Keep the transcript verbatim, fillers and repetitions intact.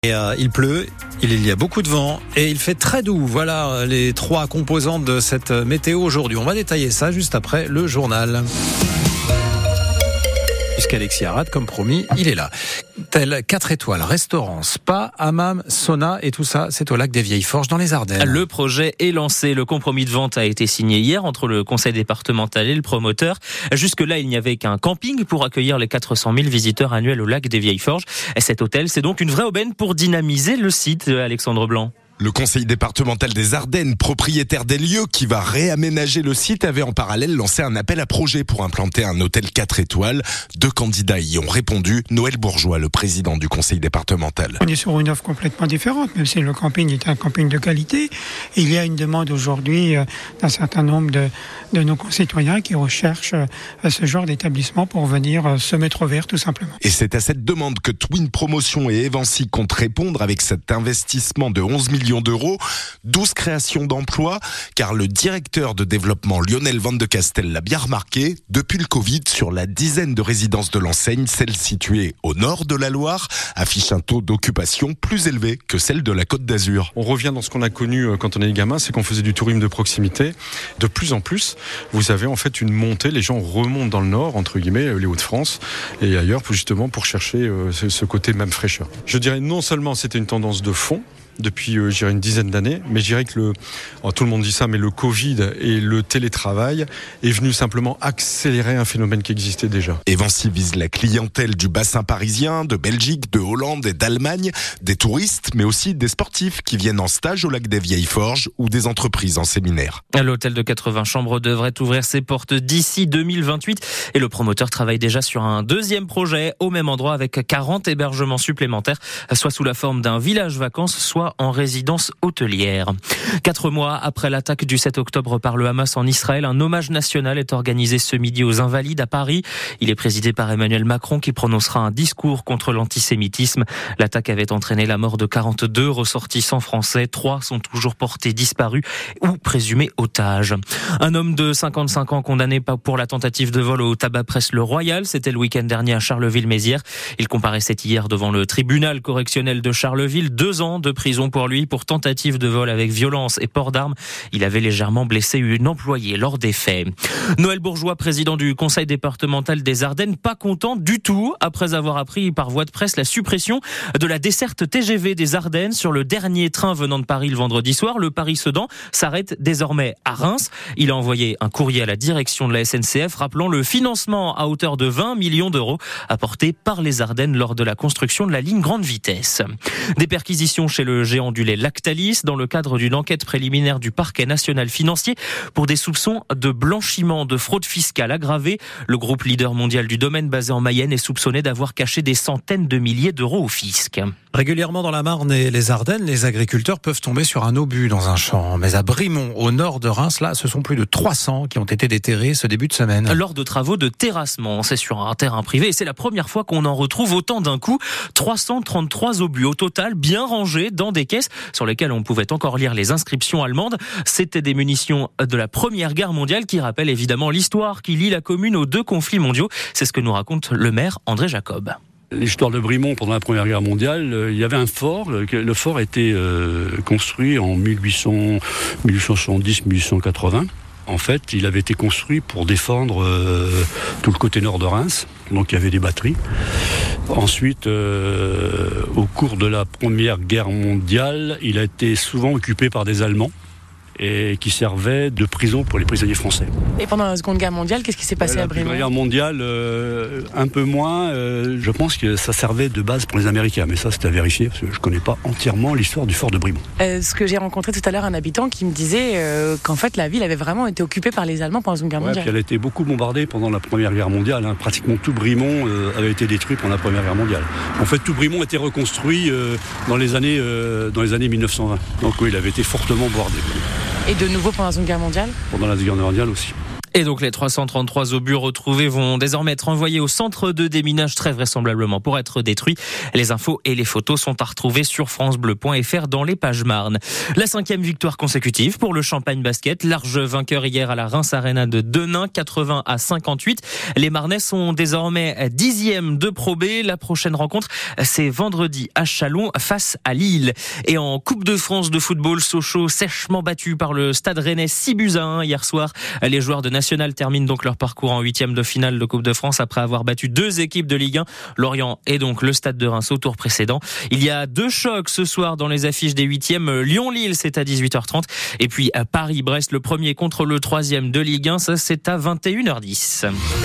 Et euh, il pleut, il y a beaucoup de vent et il fait très doux. Voilà les trois composantes de cette météo aujourd'hui. On va détailler ça juste après le journal. Puisqu'Alexis Arad, comme promis, il est là. Tel quatre étoiles, restaurant, spa, hammam, sauna et tout ça, c'est au lac des Vieilles Forges dans les Ardennes. Le projet est lancé. Le compromis de vente a été signé hier entre le conseil départemental et le promoteur. Jusque-là, il n'y avait qu'un camping pour accueillir les quatre cent mille visiteurs annuels au lac des Vieilles Forges. Et cet hôtel, c'est donc une vraie aubaine pour dynamiser le site, Alexandre Blanc. Le conseil départemental des Ardennes, propriétaire des lieux qui va réaménager le site, avait en parallèle lancé un appel à projet pour implanter un hôtel quatre étoiles. Deux candidats y ont répondu. Noël Bourgeois, le président du conseil départemental. On est sur une offre complètement différente, même si le camping est un camping de qualité. Il y a une demande aujourd'hui d'un certain nombre de, de nos concitoyens qui recherchent ce genre d'établissement pour venir se mettre au vert tout simplement. Et c'est à cette demande que Twin Promotion et Evancy comptent répondre avec cet investissement de onze millions d'euros, douze créations d'emplois, car le directeur de développement Lionel Van de Castel l'a bien remarqué, depuis le Covid, sur la dizaine de résidences de l'enseigne, celle située au nord de la Loire affiche un taux d'occupation plus élevé que celle de la Côte d'Azur. On revient dans ce qu'on a connu quand on est gamin, c'est qu'on faisait du tourisme de proximité. De plus en plus, vous avez en fait une montée, les gens remontent dans le nord, entre guillemets, les Hauts-de-France et ailleurs, justement pour chercher ce côté même fraîcheur. Je dirais non seulement c'était une tendance de fond, depuis euh, je dirais une dizaine d'années, mais je dirais que le, oh, tout le monde dit ça, mais le Covid et le télétravail est venu simplement accélérer un phénomène qui existait déjà. Evancy vise la clientèle du bassin parisien, de Belgique, de Hollande et d'Allemagne, des touristes, mais aussi des sportifs qui viennent en stage au lac des Vieilles Forges ou des entreprises en séminaire. L'hôtel de quatre-vingts chambres devrait ouvrir ses portes d'ici deux mille vingt-huit et le promoteur travaille déjà sur un deuxième projet au même endroit avec quarante hébergements supplémentaires, soit sous la forme d'un village vacances, soit en résidence hôtelière. Quatre mois après l'attaque du sept octobre par le Hamas en Israël, un hommage national est organisé ce midi aux Invalides à Paris. Il est présidé par Emmanuel Macron qui prononcera un discours contre l'antisémitisme. L'attaque avait entraîné la mort de quarante-deux ressortissants français. Trois sont toujours portés disparus ou présumés otages. Un homme de cinquante-cinq ans condamné pour la tentative de vol au tabac presse le Royal. C'était le week-end dernier à Charleville-Mézières. Il comparaissait hier devant le tribunal correctionnel de Charleville. Deux ans de prison pour lui pour tentative de vol avec violence et port d'armes. Il avait légèrement blessé une employée lors des faits. Noël Bourgeois, président du conseil départemental des Ardennes, pas content du tout après avoir appris par voie de presse la suppression de la desserte T G V des Ardennes sur le dernier train venant de Paris le vendredi soir. Le Paris-Sedan s'arrête désormais à Reims. Il a envoyé un courrier à la direction de la S N C F rappelant le financement à hauteur de vingt millions d'euros apporté par les Ardennes lors de la construction de la ligne grande vitesse. Des perquisitions chez le géant du lait Lactalis dans le cadre d'une enquête préliminaire du parquet national financier pour des soupçons de blanchiment de fraude fiscale aggravée. Le groupe leader mondial du domaine basé en Mayenne est soupçonné d'avoir caché des centaines de milliers d'euros au fisc. Régulièrement dans la Marne et les Ardennes, les agriculteurs peuvent tomber sur un obus dans un champ. Mais à Brimont, au nord de Reims, là, ce sont plus de trois cents qui ont été déterrés ce début de semaine. Lors de travaux de terrassement, c'est sur un terrain privé et c'est la première fois qu'on en retrouve autant d'un coup. trois cent trente-trois obus au total, bien rangés dans des caisses sur lesquelles on pouvait encore lire les inscriptions allemandes. C'était des munitions de la Première Guerre mondiale qui rappellent évidemment l'histoire qui lie la commune aux deux conflits mondiaux. C'est ce que nous raconte le maire André Jacob. L'histoire de Brimont pendant la Première Guerre mondiale, euh, il y avait un fort. Le fort a été euh, construit en mille huit cents, mille huit cent soixante-dix mille huit cent quatre-vingts. En fait, il avait été construit pour défendre euh, tout le côté nord de Reims. Donc il y avait des batteries. Ensuite, euh, au cours de la Première Guerre mondiale, il a été souvent occupé par des Allemands et qui servait de prison pour les prisonniers français. Et pendant la Seconde Guerre mondiale, qu'est-ce qui s'est passé la à Brimont ? La Première Guerre mondiale, euh, un peu moins. Euh, je pense que ça servait de base pour les Américains, mais ça c'est à vérifier parce que je ne connais pas entièrement l'histoire du fort de Brimont. Euh, ce que j'ai rencontré tout à l'heure, un habitant qui me disait euh, qu'en fait la ville avait vraiment été occupée par les Allemands pendant la Seconde Guerre ouais, mondiale. Puis elle a été beaucoup bombardée pendant la Première Guerre mondiale. Hein. Pratiquement tout Brimont euh, avait été détruit pendant la Première Guerre mondiale. En fait, tout Brimont a été reconstruit euh, dans les années euh, dans les années mille neuf cent vingt. Donc oui, il avait été fortement bombardé. Et de nouveau pendant la Seconde Guerre mondiale ? Pendant la Seconde Guerre mondiale aussi. Et donc les trois cent trente-trois obus retrouvés vont désormais être envoyés au centre de déminage très vraisemblablement pour être détruits. Les infos et les photos sont à retrouver sur francebleu point f r dans les pages Marne. La cinquième victoire consécutive pour le Champagne Basket, large vainqueur hier à la Reims Arena de Denain, quatre-vingts à cinquante-huit. Les Marnais sont désormais dixième de Pro B. La prochaine rencontre, c'est vendredi à Châlons face à Lille. Et en Coupe de France de football, Sochaux sèchement battu par le Stade Rennais six buts à un hier soir. Les joueurs de National terminent donc leur parcours en huitième de finale de Coupe de France après avoir battu deux équipes de Ligue un, Lorient et donc le Stade de Reims au tour précédent. Il y a deux chocs ce soir dans les affiches des huitièmes. Lyon-Lille, c'est à dix-huit heures trente. Et puis Paris-Brest, le premier contre le troisième de Ligue un, ça c'est à vingt et une heures dix.